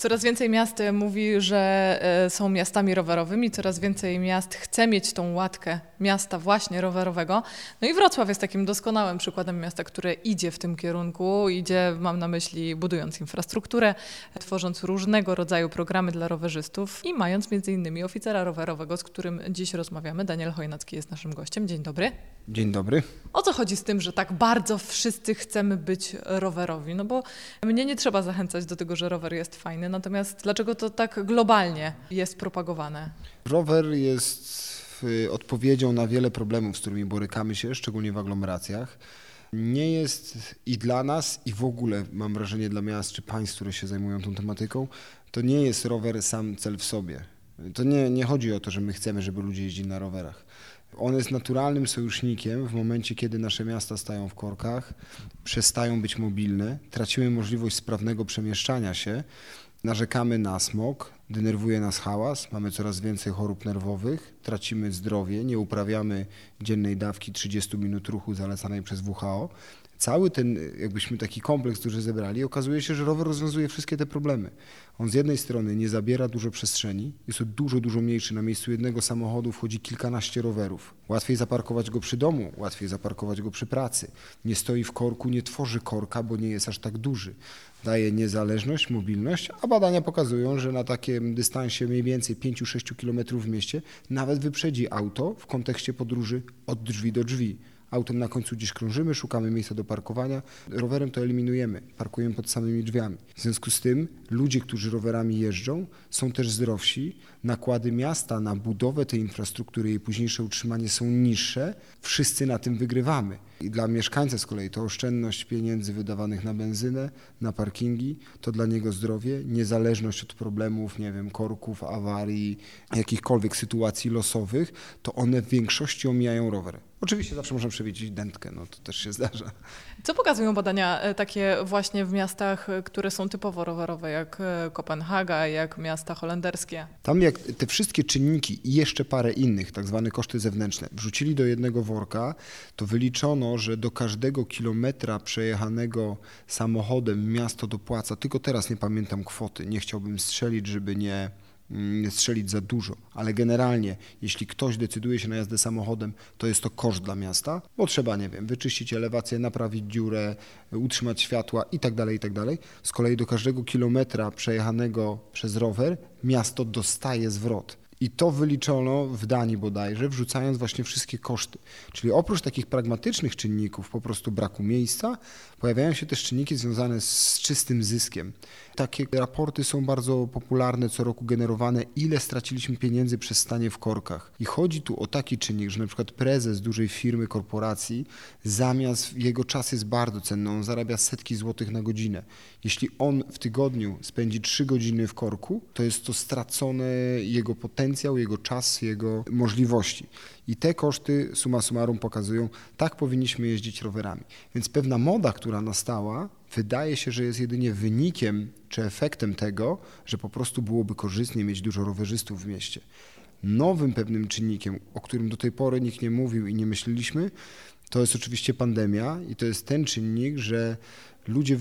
Coraz więcej miast mówi, że są miastami rowerowymi, coraz więcej miast chce mieć tą łatkę miasta właśnie rowerowego. No i Wrocław jest takim doskonałym przykładem miasta, które idzie w tym kierunku, idzie, mam na myśli, budując infrastrukturę, tworząc różnego rodzaju programy dla rowerzystów i mając między innymi oficera rowerowego, z którym dziś rozmawiamy. Daniel Chojnacki jest naszym gościem. Dzień dobry. Dzień dobry. O co chodzi z tym, że tak bardzo wszyscy chcemy być rowerowi? No bo mnie nie trzeba zachęcać do tego, że rower jest fajny, natomiast dlaczego to tak globalnie jest propagowane? Rower jest odpowiedzią na wiele problemów, z którymi borykamy się, szczególnie w aglomeracjach. Nie jest i dla nas, i w ogóle mam wrażenie dla miast czy państw, które się zajmują tą tematyką, to nie jest rower sam cel w sobie. To nie chodzi o to, że my chcemy, żeby ludzie jeździli na rowerach. On jest naturalnym sojusznikiem w momencie, kiedy nasze miasta stają w korkach, przestają być mobilne, tracimy możliwość sprawnego przemieszczania się, narzekamy na smog, denerwuje nas hałas, mamy coraz więcej chorób nerwowych, tracimy zdrowie, nie uprawiamy dziennej dawki 30 minut ruchu zalecanej przez WHO. Cały ten, jakbyśmy taki kompleks duży zebrali, okazuje się, że rower rozwiązuje wszystkie te problemy. On z jednej strony nie zabiera dużo przestrzeni, jest to dużo mniejszy. Na miejscu jednego samochodu wchodzi kilkanaście rowerów. Łatwiej zaparkować go przy domu, łatwiej zaparkować go przy pracy. Nie stoi w korku, nie tworzy korka, bo nie jest aż tak duży. Daje niezależność, mobilność, a badania pokazują, że na takim dystansie mniej więcej 5-6 km w mieście nawet wyprzedzi auto w kontekście podróży od drzwi do drzwi. Autem na końcu gdzieś krążymy, szukamy miejsca do parkowania, rowerem to eliminujemy, parkujemy pod samymi drzwiami. W związku z tym ludzie, którzy rowerami jeżdżą, są też zdrowsi, nakłady miasta na budowę tej infrastruktury i jej późniejsze utrzymanie są niższe, wszyscy na tym wygrywamy. I dla mieszkańca z kolei to oszczędność pieniędzy wydawanych na benzynę, na parkingi, to dla niego zdrowie, niezależność od problemów, nie wiem, korków, awarii, jakichkolwiek sytuacji losowych, to one w większości omijają rower. Oczywiście zawsze można przewidzieć dętkę, no to też się zdarza. Co pokazują badania takie właśnie w miastach, które są typowo rowerowe, jak Kopenhaga, jak miasta holenderskie? Tam jak te wszystkie czynniki i jeszcze parę innych, tak zwane koszty zewnętrzne, wrzucili do jednego worka, to wyliczono, że do każdego kilometra przejechanego samochodem miasto dopłaca, tylko teraz nie pamiętam kwoty, nie chciałbym strzelić, żeby nie strzelić za dużo, ale generalnie jeśli ktoś decyduje się na jazdę samochodem, to jest to koszt dla miasta, bo trzeba, nie wiem, wyczyścić elewację, naprawić dziurę, utrzymać światła i tak dalej. Z kolei do każdego kilometra przejechanego przez rower miasto dostaje zwrot. I to wyliczono w Danii bodajże, wrzucając właśnie wszystkie koszty. Czyli oprócz takich pragmatycznych czynników, po prostu braku miejsca, pojawiają się też czynniki związane z czystym zyskiem. Takie raporty są bardzo popularne, co roku generowane, ile straciliśmy pieniędzy przez stanie w korkach. I chodzi tu o taki czynnik, że na przykład prezes dużej firmy, korporacji, zamiast jego czas jest bardzo cenny, on zarabia setki złotych na godzinę. Jeśli on w tygodniu spędzi 3 godziny w korku, to jest to stracony jego potencjał, jego czas, jego możliwości. I te koszty summa summarum pokazują, tak powinniśmy jeździć rowerami. Więc pewna moda, która nastała, wydaje się, że jest jedynie wynikiem czy efektem tego, że po prostu byłoby korzystnie mieć dużo rowerzystów w mieście. Nowym pewnym czynnikiem, o którym do tej pory nikt nie mówił i nie myśleliśmy, to jest oczywiście pandemia i to jest ten czynnik, że ludzie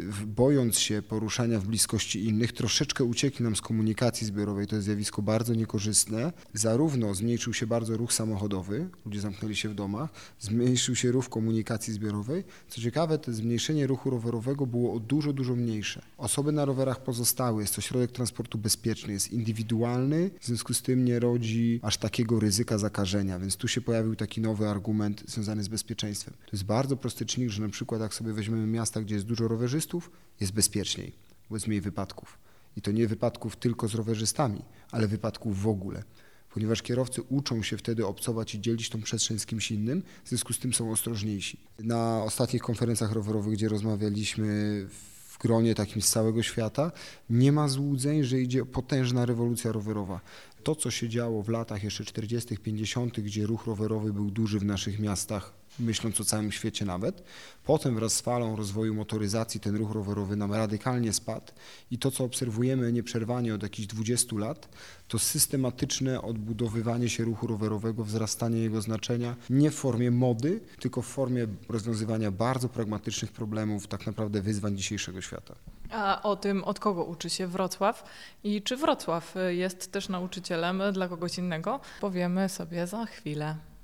bojąc się poruszania w bliskości innych, troszeczkę uciekli nam z komunikacji zbiorowej. To jest zjawisko bardzo niekorzystne. Zarówno zmniejszył się bardzo ruch samochodowy, ludzie zamknęli się w domach, zmniejszył się ruch komunikacji zbiorowej. Co ciekawe, to zmniejszenie ruchu rowerowego było o dużo mniejsze. Osoby na rowerach pozostały, jest to środek transportu bezpieczny, jest indywidualny, w związku z tym nie rodzi aż takiego ryzyka zakażenia, więc tu się pojawił taki nowy argument związany z bezpieczeństwem. To jest bardzo prosty czynnik, że na przykład jak sobie weźmiemy miasta, gdzie jest dużo rowerzystów, jest bezpieczniej, bo jest mniej wypadków. I to nie wypadków tylko z rowerzystami, ale wypadków w ogóle. Ponieważ kierowcy uczą się wtedy obcować i dzielić tą przestrzeń z kimś innym, w związku z tym są ostrożniejsi. Na ostatnich konferencjach rowerowych, gdzie rozmawialiśmy w gronie takim z całego świata, nie ma złudzeń, że idzie potężna rewolucja rowerowa. To, co się działo w latach jeszcze 40., 50., gdzie ruch rowerowy był duży w naszych miastach, myśląc o całym świecie nawet. Potem wraz z falą rozwoju motoryzacji ten ruch rowerowy nam radykalnie spadł i to, co obserwujemy nieprzerwanie od jakichś 20 lat, to systematyczne odbudowywanie się ruchu rowerowego, wzrastanie jego znaczenia nie w formie mody, tylko w formie rozwiązywania bardzo pragmatycznych problemów, tak naprawdę wyzwań dzisiejszego świata. A o tym, od kogo uczy się Wrocław i czy Wrocław jest też nauczycielem dla kogoś innego, powiemy sobie za chwilę.